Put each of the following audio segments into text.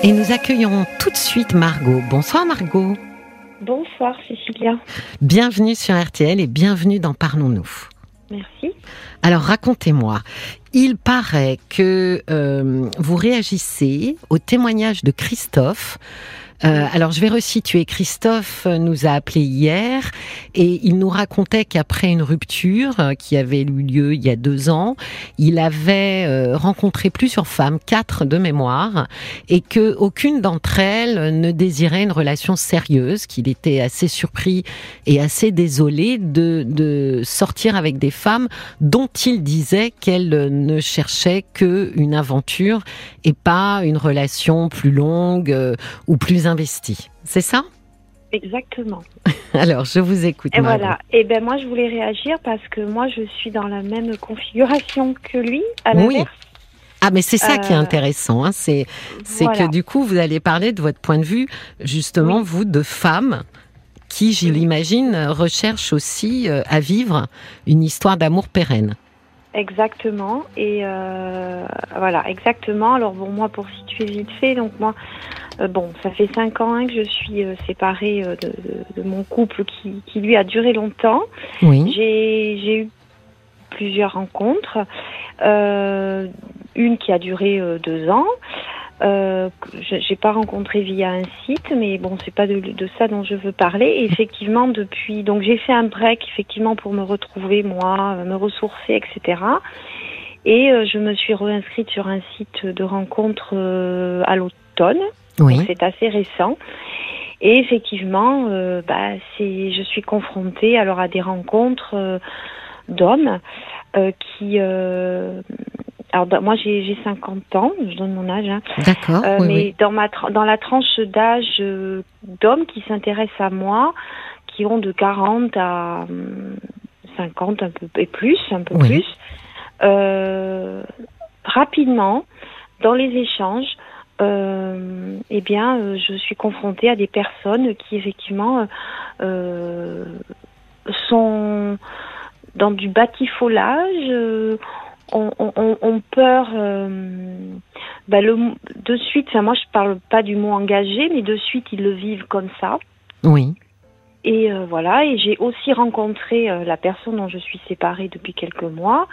Et nous accueillons tout de suite Margot. Bonsoir Margot. Bonsoir Cécilia. Bienvenue sur RTL et bienvenue dans Parlons-nous. Merci. Alors racontez-moi, il paraît que vous réagissez au témoignage de Christophe. Alors je vais resituer. Christophe nous a appelé hier et il nous racontait qu'après une rupture qui avait eu lieu il y a 2 ans, il avait rencontré plusieurs femmes, 4 de mémoire, et que aucune d'entre elles ne désirait une relation sérieuse, qu'il était assez surpris et assez désolé de sortir avec des femmes dont il disait qu'elles ne cherchaient qu'une aventure et pas une relation plus longue ou plus investie. C'est ça ? Exactement. Alors, je vous écoute. Et Margot. voilà. Et ben moi, je voulais réagir parce que moi, je suis dans la même configuration que lui, à l'inverse. Oui. Ah, mais c'est ça qui est intéressant. Hein. C'est voilà. que du coup, vous allez parler de votre point de vue, justement, Oui. vous, de femme qui, je l'imagine, recherche aussi à vivre une histoire d'amour pérenne. Exactement. Et voilà, exactement. Alors bon, moi, pour situer vite fait, donc moi, ça fait 5 ans que je suis séparée de mon couple qui lui a duré longtemps. Oui. J'ai eu plusieurs rencontres. Une qui a duré 2 ans. J'ai pas rencontré via un site, mais bon, c'est pas de ça dont je veux parler. Et effectivement, depuis, donc j'ai fait un break effectivement pour me retrouver moi, me ressourcer, etc. Et je me suis réinscrite sur un site de rencontres à l'automne. Oui. Donc c'est assez récent. Et effectivement, je suis confrontée alors à des rencontres d'hommes qui alors moi j'ai 50 ans, je donne mon âge, hein. D'accord. Oui, Mais oui. dans la tranche d'âge d'hommes qui s'intéressent à moi, qui ont de 40 à 50 un peu et plus, un peu Oui. plus. Rapidement, dans les échanges, je suis confrontée à des personnes qui effectivement sont dans du batifolage, ont peur de suite, enfin moi je parle pas du mot engagé, mais de suite ils le vivent comme ça. Oui. Et voilà, et j'ai aussi rencontré la personne dont je suis séparée depuis quelques mois,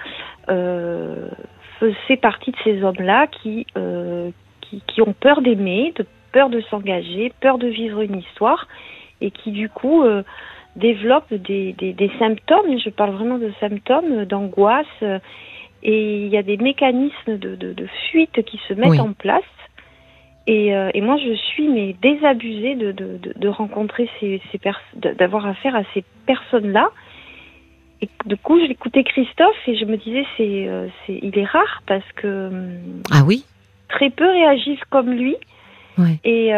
faisait partie de ces hommes-là qui ont peur d'aimer, peur de s'engager, peur de vivre une histoire, et qui du coup développent des symptômes, je parle vraiment de symptômes d'angoisse, et il y a des mécanismes de fuite qui se mettent Oui. en place. Et moi, je suis désabusée de rencontrer d'avoir affaire à ces personnes-là. Et du coup, j'écoutais Christophe et je me disais, il est rare parce que Ah oui. très peu réagissent comme lui. Ouais. Et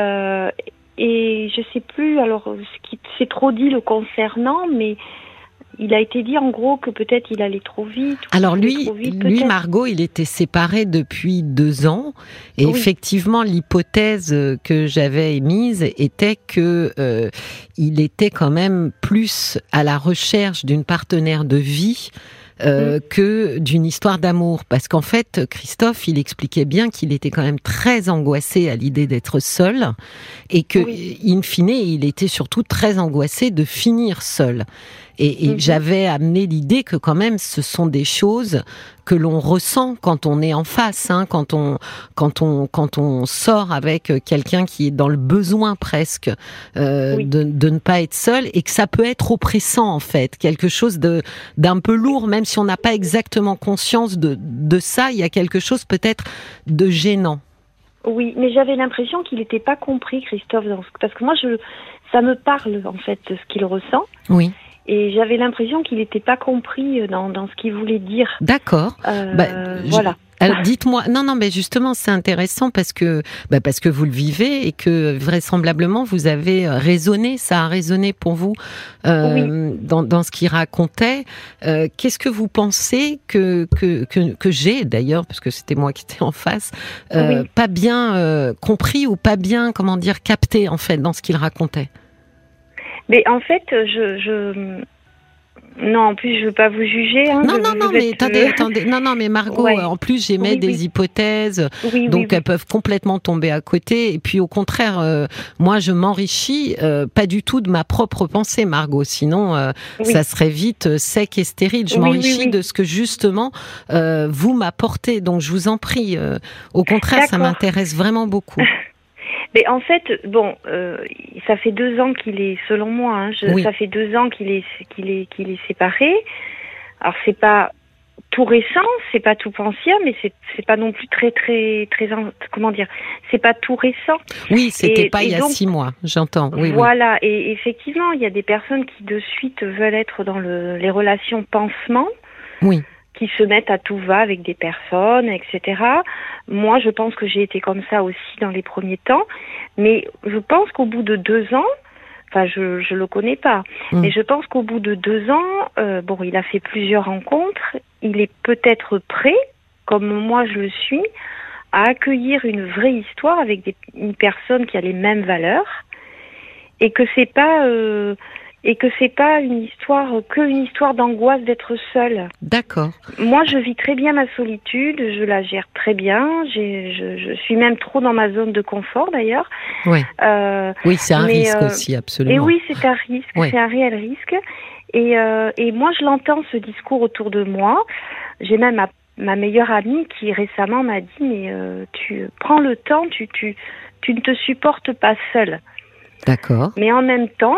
je sais plus alors ce qui s'est trop dit le concernant, mais il a été dit en gros que peut-être il allait trop vite. Alors lui, Margot, il était séparé depuis 2 ans et Oui. effectivement l'hypothèse que j'avais émise était que il était quand même plus à la recherche d'une partenaire de vie que d'une histoire d'amour. Parce qu'en fait, Christophe, il expliquait bien qu'il était quand même très angoissé à l'idée d'être seul et que, in fine, il était surtout très angoissé de finir seul. Et j'avais amené l'idée que quand même, ce sont des choses que l'on ressent quand on est en face, hein, quand on sort avec quelqu'un qui est dans le besoin presque de ne pas être seul, et que ça peut être oppressant en fait, quelque chose d'un peu lourd, même si on n'a pas exactement conscience de ça, il y a quelque chose peut-être de gênant. Oui, mais j'avais l'impression qu'il n'était pas compris, Christophe, parce que moi, ça me parle en fait de ce qu'il ressent. Oui. Et j'avais l'impression qu'il n'était pas compris dans ce qu'il voulait dire. D'accord. Voilà. Alors dites-moi, non, mais justement c'est intéressant parce que vous le vivez et que vraisemblablement vous avez raisonné, ça a résonné pour vous dans ce qu'il racontait. Qu'est-ce que vous pensez que j'ai d'ailleurs, parce que c'était moi qui étais en face, pas bien compris ou pas bien, comment dire, capté en fait dans ce qu'il racontait? Mais en fait, Non, en plus, je veux pas vous juger. Hein, mais attendez. Non, mais Margot, Ouais. en plus, j'émets des hypothèses, donc elles peuvent complètement tomber à côté. Et puis, au contraire, moi, je m'enrichis pas du tout de ma propre pensée, Margot. Sinon, ça serait vite sec et stérile. Je m'enrichis de ce que, justement, vous m'apportez. Donc, je vous en prie. Au contraire, ça m'intéresse vraiment beaucoup. Mais en fait, bon, ça fait 2 ans qu'il est, selon moi, hein, ça fait 2 ans qu'il est séparé. Alors c'est pas tout récent, c'est pas tout ancien, mais c'est pas non plus très comment dire, c'est pas tout récent. Oui, c'était pas il y a 6 mois, j'entends. Oui, voilà, et effectivement, il y a des personnes qui de suite veulent être dans les relations pansement. Oui. Qui se mettent à tout va avec des personnes, etc. Moi, je pense que j'ai été comme ça aussi dans les premiers temps, mais je pense qu'au bout de 2 ans, enfin, je le connais pas, mais je pense qu'au bout de 2 ans, bon, il a fait plusieurs rencontres, il est peut-être prêt, comme moi je le suis, à accueillir une vraie histoire avec une personne qui a les mêmes valeurs, et que c'est pas une histoire d'angoisse d'être seule. D'accord. Moi, je vis très bien ma solitude, je la gère très bien. Je suis même trop dans ma zone de confort, d'ailleurs. Oui. Oui, c'est un risque aussi, absolument. Et oui, c'est un risque, c'est un réel risque. Et moi, je l'entends, ce discours autour de moi. J'ai même ma meilleure amie qui récemment m'a dit, mais tu prends le temps, tu ne te supportes pas seule. D'accord. Mais en même temps,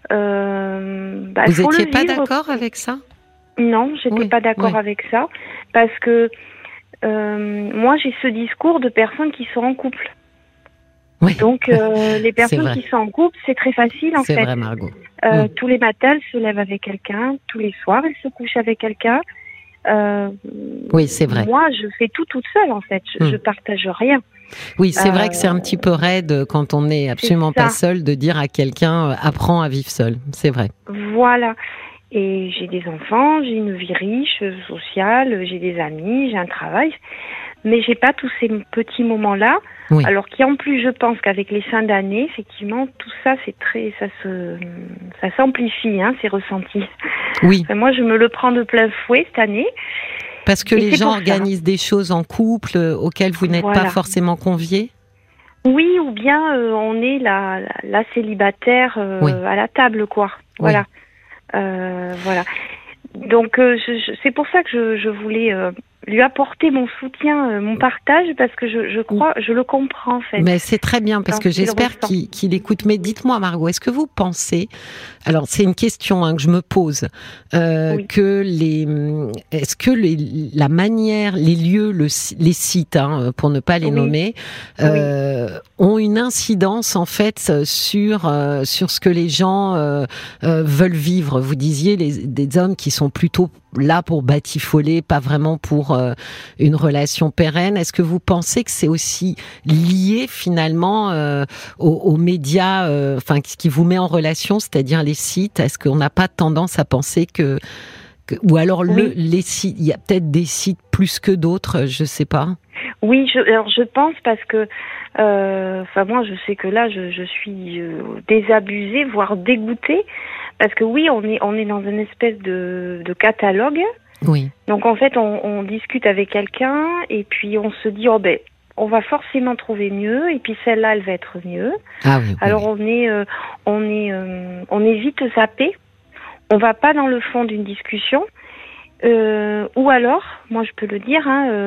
vous n'étiez pas d'accord avec ça? Non, j'étais pas d'accord avec ça, parce que moi j'ai ce discours de personnes qui sont en couple. Oui. Donc les personnes qui sont en couple, c'est très facile en fait. C'est vrai, Margot. Tous les matins, elles se lèvent avec quelqu'un, tous les soirs, elles se couchent avec quelqu'un. Oui, c'est vrai. Moi, je fais tout toute seule en fait. Je partage rien. Oui, c'est vrai que c'est un petit peu raide quand on n'est absolument pas seul de dire à quelqu'un apprends à vivre seul. C'est vrai. Voilà. Et j'ai des enfants, j'ai une vie riche, sociale, j'ai des amis, j'ai un travail, mais j'ai pas tous ces petits moments-là. Oui. Alors qu'en plus, je pense qu'avec les fins d'année, effectivement, tout ça, ça s'amplifie, hein, ces ressentis. Oui. Enfin, moi, je me le prends de plein fouet cette année. Parce que les gens organisent des choses en couple auxquelles vous n'êtes pas forcément conviés? Oui, ou bien on est la célibataire à la table, quoi. Voilà. Voilà. Donc, c'est pour ça que je voulais lui apporter mon soutien, mon partage, parce que je crois, je le comprends, en fait. Mais c'est très bien, parce que j'espère qu'il écoute. Mais dites-moi, Margot, est-ce que vous pensez, alors c'est une question que je me pose, est-ce que la manière, les lieux, les sites, pour ne pas les nommer, ont une incidence, en fait, sur ce que les gens veulent vivre? Vous disiez des hommes qui sont plutôt là pour batifoler, pas vraiment pour une relation pérenne. Est-ce que vous pensez que c'est aussi lié finalement aux médias, ce qui vous met en relation, c'est-à-dire les sites? Est-ce qu'on n'a pas tendance à penser que ou alors les sites, il y a peut-être des sites plus que d'autres, je sais pas. Oui, je pense, parce que moi je sais que là je suis désabusée, voire dégoûtée, parce que oui, on est dans une espèce de catalogue. Oui. Donc en fait on discute avec quelqu'un et puis on se dit on va forcément trouver mieux, et puis celle-là elle va être mieux. Ah oui. Alors on est vite zappé. On va pas dans le fond d'une discussion. Ou alors, moi je peux le dire,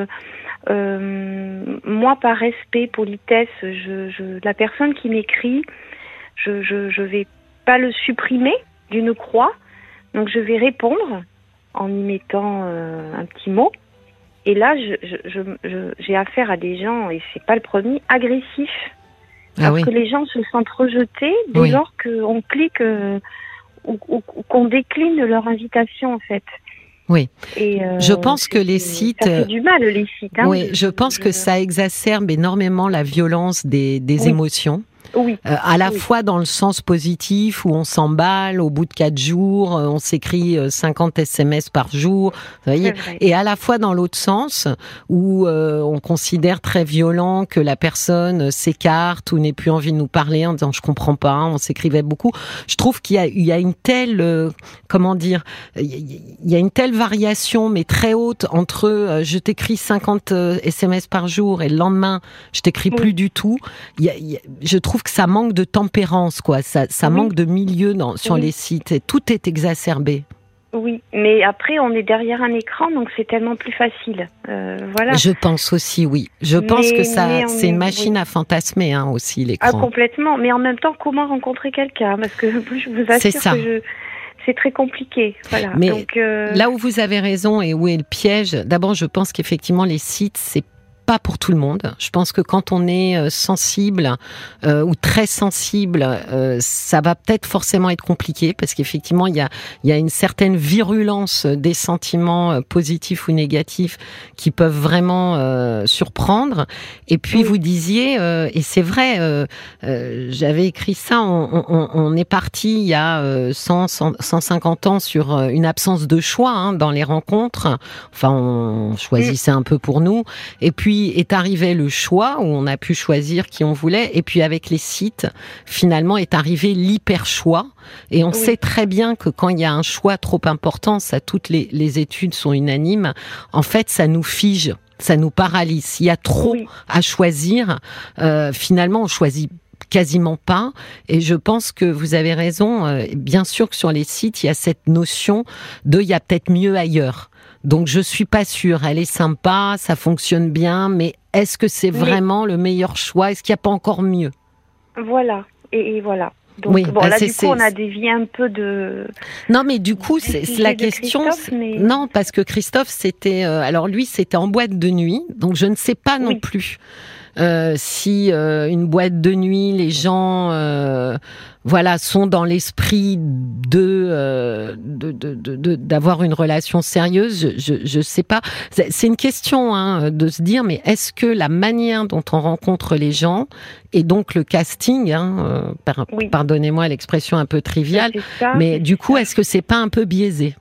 moi par respect, politesse, la personne qui m'écrit, je vais pas le supprimer d'une croix, donc je vais répondre en y mettant un petit mot. Et là, j'ai affaire à des gens, et c'est pas le premier, agressifs, parce que les gens se sentent rejetés dès lors qu'on clique ou qu'on décline leur invitation, en fait. Oui. Et je pense que les sites... Ça fait du mal, les sites. Oui, je pense que ça exacerbe énormément la violence des émotions. Oui. À la fois dans le sens positif où on s'emballe, au bout de 4 jours, on s'écrit 50 SMS par jour, vous voyez, et à la fois dans l'autre sens où on considère très violent que la personne s'écarte ou n'ait plus envie de nous parler en disant je comprends pas, on s'écrivait beaucoup. Je trouve qu'il y a une telle, comment dire, il y a une telle variation mais très haute entre je t'écris 50 SMS par jour et le lendemain je t'écris plus du tout. Je trouve que ça manque de tempérance, quoi. Ça manque de milieu sur les sites. Et tout est exacerbé. Oui, mais après, on est derrière un écran, donc c'est tellement plus facile. Voilà. Je pense aussi, oui. Je pense que c'est une machine à fantasmer, hein, aussi, l'écran. Ah, complètement. Mais en même temps, comment rencontrer quelqu'un? Parce que je vous assure que c'est très compliqué. Voilà. Mais donc, là où vous avez raison et où est le piège, d'abord, je pense qu'effectivement, les sites, c'est pas pour tout le monde. Je pense que quand on est sensible ou très sensible, ça va peut-être forcément être compliqué parce qu'effectivement il y a une certaine virulence des sentiments positifs ou négatifs qui peuvent vraiment surprendre. Et puis vous disiez, et c'est vrai, j'avais écrit ça, on est parti il y a 150 ans sur une absence de choix, hein, dans les rencontres. Enfin, on choisissait un peu pour nous. Et puis est arrivé le choix où on a pu choisir qui on voulait, et puis avec les sites, finalement est arrivé l'hyper-choix, et on sait très bien que quand il y a un choix trop important, ça toutes les études sont unanimes, en fait ça nous fige, ça nous paralyse. S'il y a trop à choisir, finalement on choisit quasiment pas, et je pense que vous avez raison, bien sûr que sur les sites il y a cette notion de il y a peut-être mieux ailleurs. Donc je suis pas sûre, elle est sympa, ça fonctionne bien, mais est-ce que c'est vraiment le meilleur choix? Est-ce qu'il n'y a pas encore mieux? Voilà, et voilà. Donc là du coup on a dévié un peu de... Non mais du coup c'est la question... Non, parce que Christophe c'était... alors lui c'était en boîte de nuit, donc je ne sais pas non plus si une boîte de nuit, les gens... voilà, sont dans l'esprit d'avoir une relation sérieuse. Je sais pas. C'est une question, hein, de se dire, mais est-ce que la manière dont on rencontre les gens et donc le casting, hein, pardonnez-moi l'expression un peu triviale, mais du coup, est-ce que c'est pas un peu biaisé?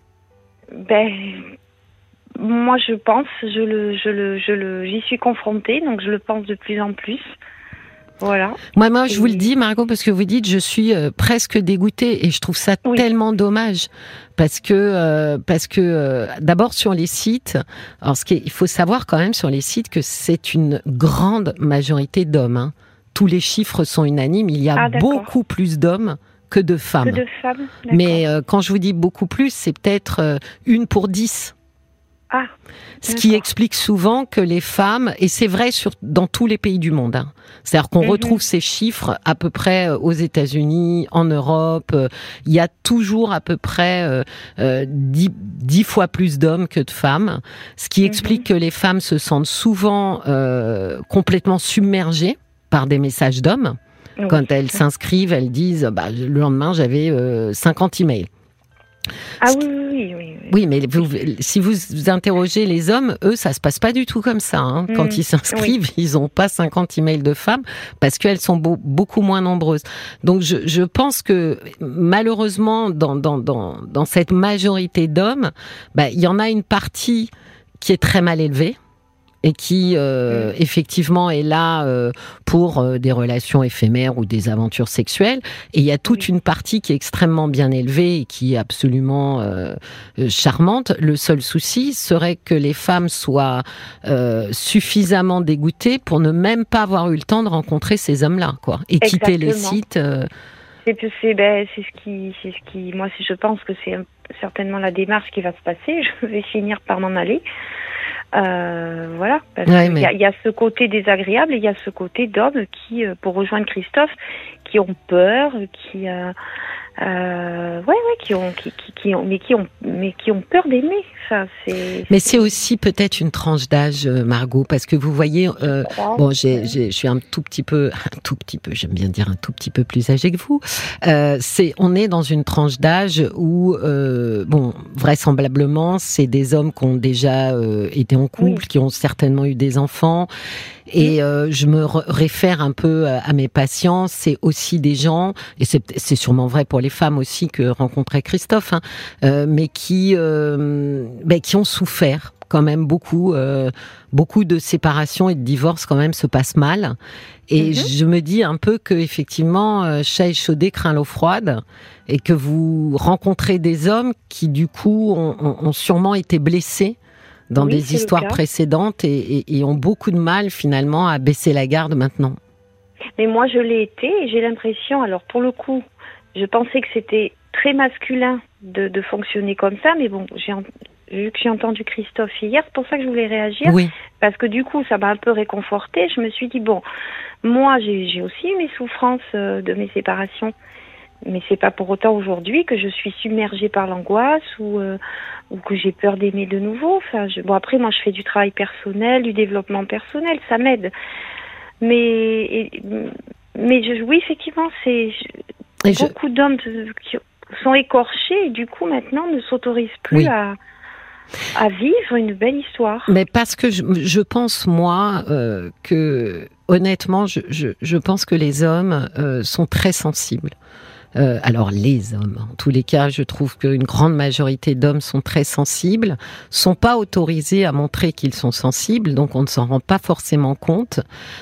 Moi, je pense, j'y suis confrontée, donc je le pense de plus en plus. Voilà. Moi, je vous le dis, Margot, parce que vous dites, je suis presque dégoûtée, et je trouve ça tellement dommage, parce que d'abord sur les sites, alors il faut savoir quand même sur les sites que c'est une grande majorité d'hommes, hein. Tous les chiffres sont unanimes, il y a beaucoup plus d'hommes que de femmes. Mais quand je vous dis beaucoup plus, c'est peut-être 1 pour 10. Ce qui explique souvent que les femmes, et c'est vrai dans tous les pays du monde, hein, c'est-à-dire qu'on retrouve ces chiffres à peu près aux États-Unis, en Europe, il y a toujours à peu près 10 fois plus d'hommes que de femmes, ce qui explique que les femmes se sentent souvent complètement submergées par des messages d'hommes. Quand elles s'inscrivent, elles disent le lendemain j'avais 50 emails. Oui, mais si vous interrogez les hommes, eux, ça se passe pas du tout comme ça, hein. Quand ils s'inscrivent, ils ont pas 50 emails de femmes parce qu'elles sont beaucoup moins nombreuses. Donc, je pense que malheureusement, dans cette majorité d'hommes, il y en a une partie qui est très mal élevée, et qui effectivement est là pour des relations éphémères ou des aventures sexuelles. Et il y a toute une partie qui est extrêmement bien élevée et qui est absolument charmante. Le seul souci serait que les femmes soient suffisamment dégoûtées pour ne même pas avoir eu le temps de rencontrer ces hommes-là, quoi, et quitter les sites. C'est ce qui, moi, je pense que c'est certainement la démarche qui va se passer. Je vais finir par m'en aller. Voilà, parce qu'il y a ce côté désagréable et il y a ce côté d'hommes qui, pour rejoindre Christophe, qui ont peur, qui ont peur d'aimer. Enfin, mais c'est aussi peut-être une tranche d'âge, Margot, parce que vous voyez, je suis un tout petit peu, j'aime bien dire un tout petit peu plus âgée que vous. On est dans une tranche d'âge où, vraisemblablement, c'est des hommes qui ont déjà été en couple, qui ont certainement eu des enfants. Et je me réfère un peu à mes patients. C'est aussi des gens, et c'est sûrement vrai pour les femmes aussi que rencontrait Christophe, mais qui ont souffert quand même beaucoup de séparations et de divorces quand même se passent mal. Et je me dis un peu que effectivement, chat échaudé craint l'eau froide, et que vous rencontrez des hommes qui du coup ont sûrement été blessés dans des histoires précédentes et ont beaucoup de mal finalement à baisser la garde maintenant. Mais moi je l'ai été et j'ai l'impression, alors pour le coup, je pensais que c'était très masculin de fonctionner comme ça, mais bon, vu que j'ai entendu Christophe hier, c'est pour ça que je voulais réagir, parce que du coup ça m'a un peu réconfortée. Je me suis dit bon, moi j'ai aussi eu mes souffrances de mes séparations, mais c'est pas pour autant aujourd'hui que je suis submergée par l'angoisse ou que j'ai peur d'aimer de nouveau. Enfin, bon après moi je fais du travail personnel, du développement personnel, ça m'aide. Mais oui effectivement beaucoup d'hommes qui sont écorchés et du coup maintenant ne s'autorisent plus à vivre une belle histoire. Mais parce que je pense, moi, que honnêtement, je pense que les hommes sont très sensibles. Alors les hommes, en tous les cas, je trouve qu'une grande majorité d'hommes sont très sensibles, sont pas autorisés à montrer qu'ils sont sensibles, donc on ne s'en rend pas forcément compte.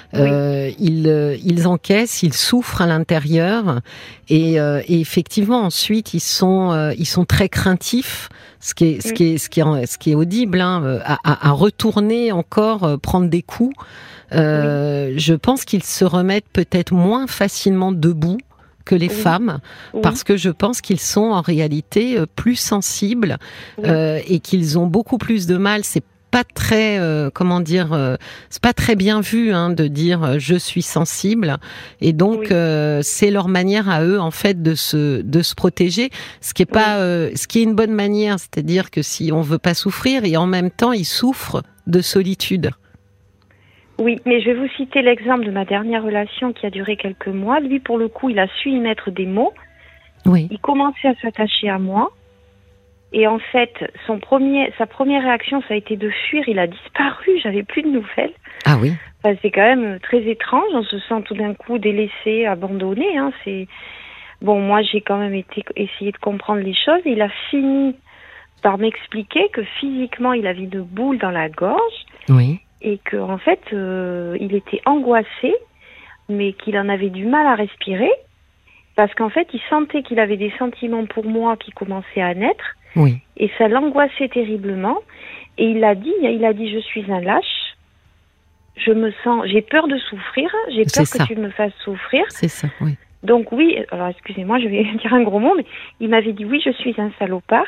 Ils encaissent, ils souffrent à l'intérieur, et effectivement ensuite ils sont très craintifs, ce qui est audible, à retourner encore prendre des coups. Je pense qu'ils se remettent peut-être moins facilement debout que les femmes, parce que je pense qu'ils sont en réalité plus sensibles et qu'ils ont beaucoup plus de mal. C'est pas très, c'est pas très bien vu de dire je suis sensible, et donc c'est leur manière à eux en fait de se protéger, ce qui est une bonne manière, c'est-à-dire que si on veut pas souffrir, et en même temps ils souffrent de solitude. Oui, mais je vais vous citer l'exemple de ma dernière relation qui a duré quelques mois. Lui, pour le coup, il a su y mettre des mots. Oui. Il commençait à s'attacher à moi. Et en fait, sa première réaction, ça a été de fuir. Il a disparu, j'avais plus de nouvelles. Ah oui. Enfin, c'est quand même très étrange. On se sent tout d'un coup délaissé, abandonné. Bon, moi, j'ai quand même essayé de comprendre les choses. Il a fini par m'expliquer que physiquement, il avait une boule dans la gorge. Oui. Et qu'en fait, il était angoissé, mais qu'il en avait du mal à respirer, parce qu'en fait, il sentait qu'il avait des sentiments pour moi qui commençaient à naître, et ça l'angoissait terriblement. Et il a dit, je suis un lâche, j'ai peur de souffrir, j'ai peur que tu me fasses souffrir. C'est ça, oui. Donc oui, alors excusez-moi, je vais dire un gros mot, mais il m'avait dit oui, je suis un salopard,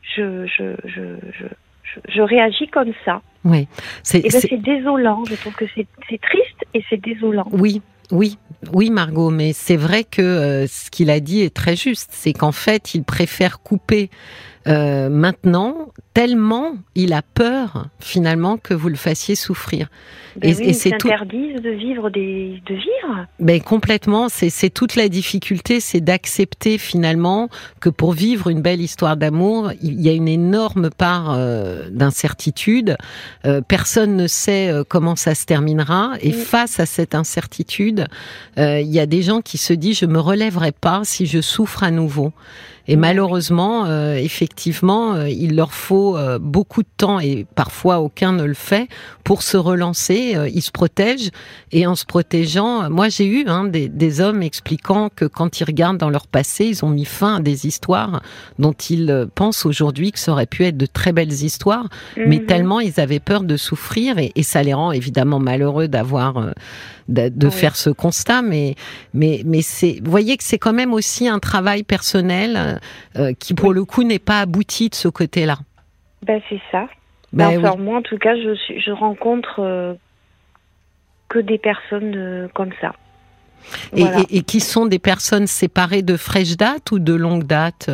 je réagis comme ça. Oui. C'est désolant. Je trouve que c'est triste et c'est désolant. Oui, Margot, mais c'est vrai que ce qu'il a dit est très juste. C'est qu'en fait, il préfère couper maintenant, tellement il a peur finalement que vous le fassiez souffrir. Et c'est s'interdisent de vivre. Ben complètement, c'est toute la difficulté, c'est d'accepter finalement que pour vivre une belle histoire d'amour, il y a une énorme part d'incertitude. Personne ne sait comment ça se terminera, et face à cette incertitude, il y a des gens qui se disent je me relèverai pas si je souffre à nouveau. Et malheureusement, effectivement, il leur faut beaucoup de temps, et parfois aucun ne le fait, pour se relancer. Ils se protègent, et en se protégeant, moi j'ai eu des hommes expliquant que quand ils regardent dans leur passé, ils ont mis fin à des histoires dont ils pensent aujourd'hui que ça aurait pu être de très belles histoires, mais tellement ils avaient peur de souffrir, et ça les rend évidemment malheureux d'avoir de faire ce constat, mais c'est, vous voyez que c'est quand même aussi un travail personnel qui pour le coup n'est pas abouti de ce côté-là. Ben c'est ça. Moi en tout cas je rencontre que des personnes comme ça. Voilà. Et qui sont des personnes séparées de fraîche date ou de longue date?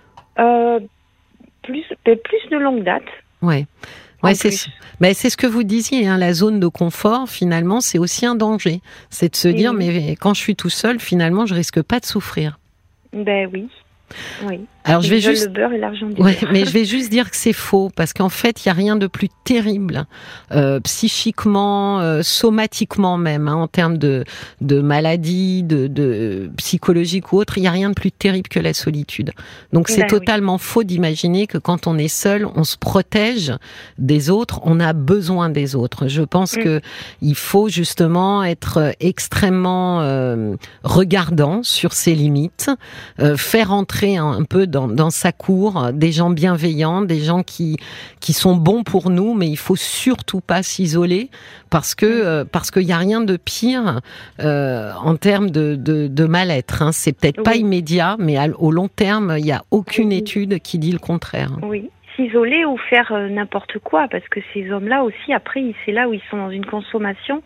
Plus de longue date. Ouais, c'est ce que vous disiez, la zone de confort, finalement, c'est aussi un danger. C'est de se dire, mais quand je suis tout seul, finalement, je risque pas de souffrir. Ben oui. Oui. Alors je vais juste le beurre et l'argent du ouais, beurre. mais je vais juste dire que c'est faux parce qu'en fait, il y a rien de plus terrible psychiquement, somatiquement même, hein, en termes de maladie, de psychologique ou autre, il y a rien de plus terrible que la solitude. Donc c'est totalement faux d'imaginer que quand on est seul, on se protège des autres, on a besoin des autres. Je pense que il faut justement être extrêmement regardant sur ses limites, faire entrer un peu dans sa cour des gens bienveillants, des gens qui sont bons pour nous, mais il faut surtout pas s'isoler parce que qu'il y a rien de pire en termes de mal-être. Hein. C'est peut-être pas immédiat, mais au long terme, il y a aucune étude qui dit le contraire. Oui. S'isoler ou faire n'importe quoi, parce que ces hommes-là aussi, après, c'est là où ils sont dans une consommation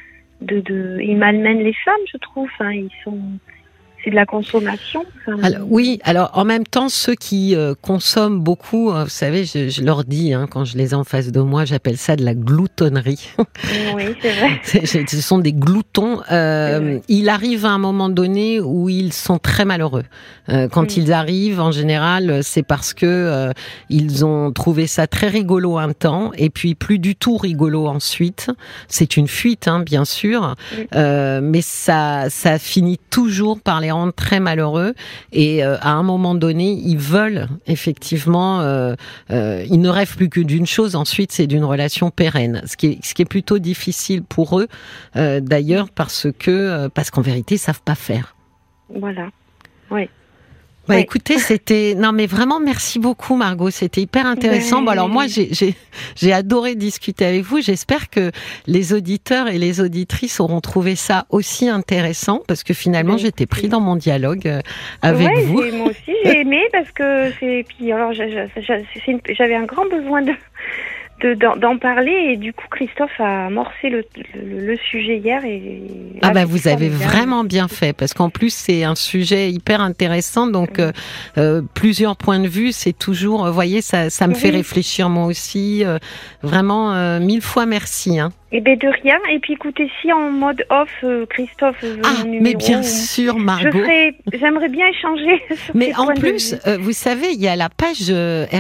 ils malmènent les femmes, je trouve. Enfin, c'est de la consommation. Enfin, alors en même temps, ceux qui consomment beaucoup, vous savez, je leur dis, hein, quand je les ai en face de moi, j'appelle ça de la gloutonnerie. Oui, c'est vrai. Ce sont des gloutons. Il arrive à un moment donné où ils sont très malheureux. Quand ils arrivent, en général, c'est parce que ils ont trouvé ça très rigolo un temps, et puis plus du tout rigolo ensuite. C'est une fuite, hein, bien sûr, mais ça finit toujours par les rendre très malheureux, et à un moment donné ils veulent effectivement ils ne rêvent plus que d'une chose ensuite, c'est d'une relation pérenne, ce qui est plutôt difficile pour eux d'ailleurs parce qu'en vérité ils savent pas faire. Voilà. Oui. Écoutez, non mais vraiment merci beaucoup Margot, c'était hyper intéressant. Bon alors moi j'ai adoré discuter avec vous. J'espère que les auditeurs et les auditrices auront trouvé ça aussi intéressant parce que finalement j'étais pris dans mon dialogue avec vous. Moi aussi j'ai aimé parce que puis alors j'avais un grand besoin d'en parler, et du coup Christophe a amorcé le sujet hier vous avez vraiment bien fait parce qu'en plus c'est un sujet hyper intéressant, donc plusieurs points de vue, c'est toujours, vous voyez, ça me fait réfléchir moi aussi, vraiment 1000 fois merci, hein. Eh bien, de rien. Et puis, écoutez, si en mode off, Christophe veut mon numéro... mais bien sûr, Margot. J'aimerais bien échanger sur mais en plus, vous savez, il y a la page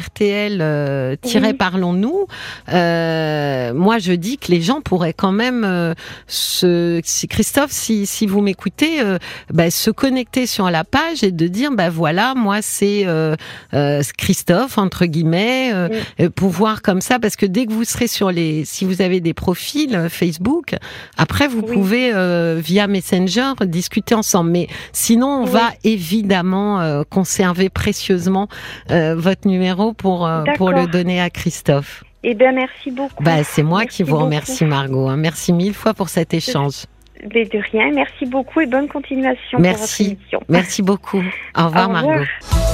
RTL Parlons-nous. Moi, je dis que les gens pourraient quand même Christophe, si vous m'écoutez, se connecter sur la page et de dire, voilà, moi, c'est Christophe, entre guillemets, pouvoir comme ça, parce que dès que vous serez si vous avez des profils Facebook, après vous pouvez via Messenger discuter ensemble, mais sinon on va évidemment conserver précieusement votre numéro pour le donner à Christophe. Eh bien merci beaucoup. C'est moi qui vous remercie Margot, hein. Merci 1000 fois pour cet échange. De rien, merci beaucoup et bonne continuation pour votre émission. Merci beaucoup. Au revoir Margot.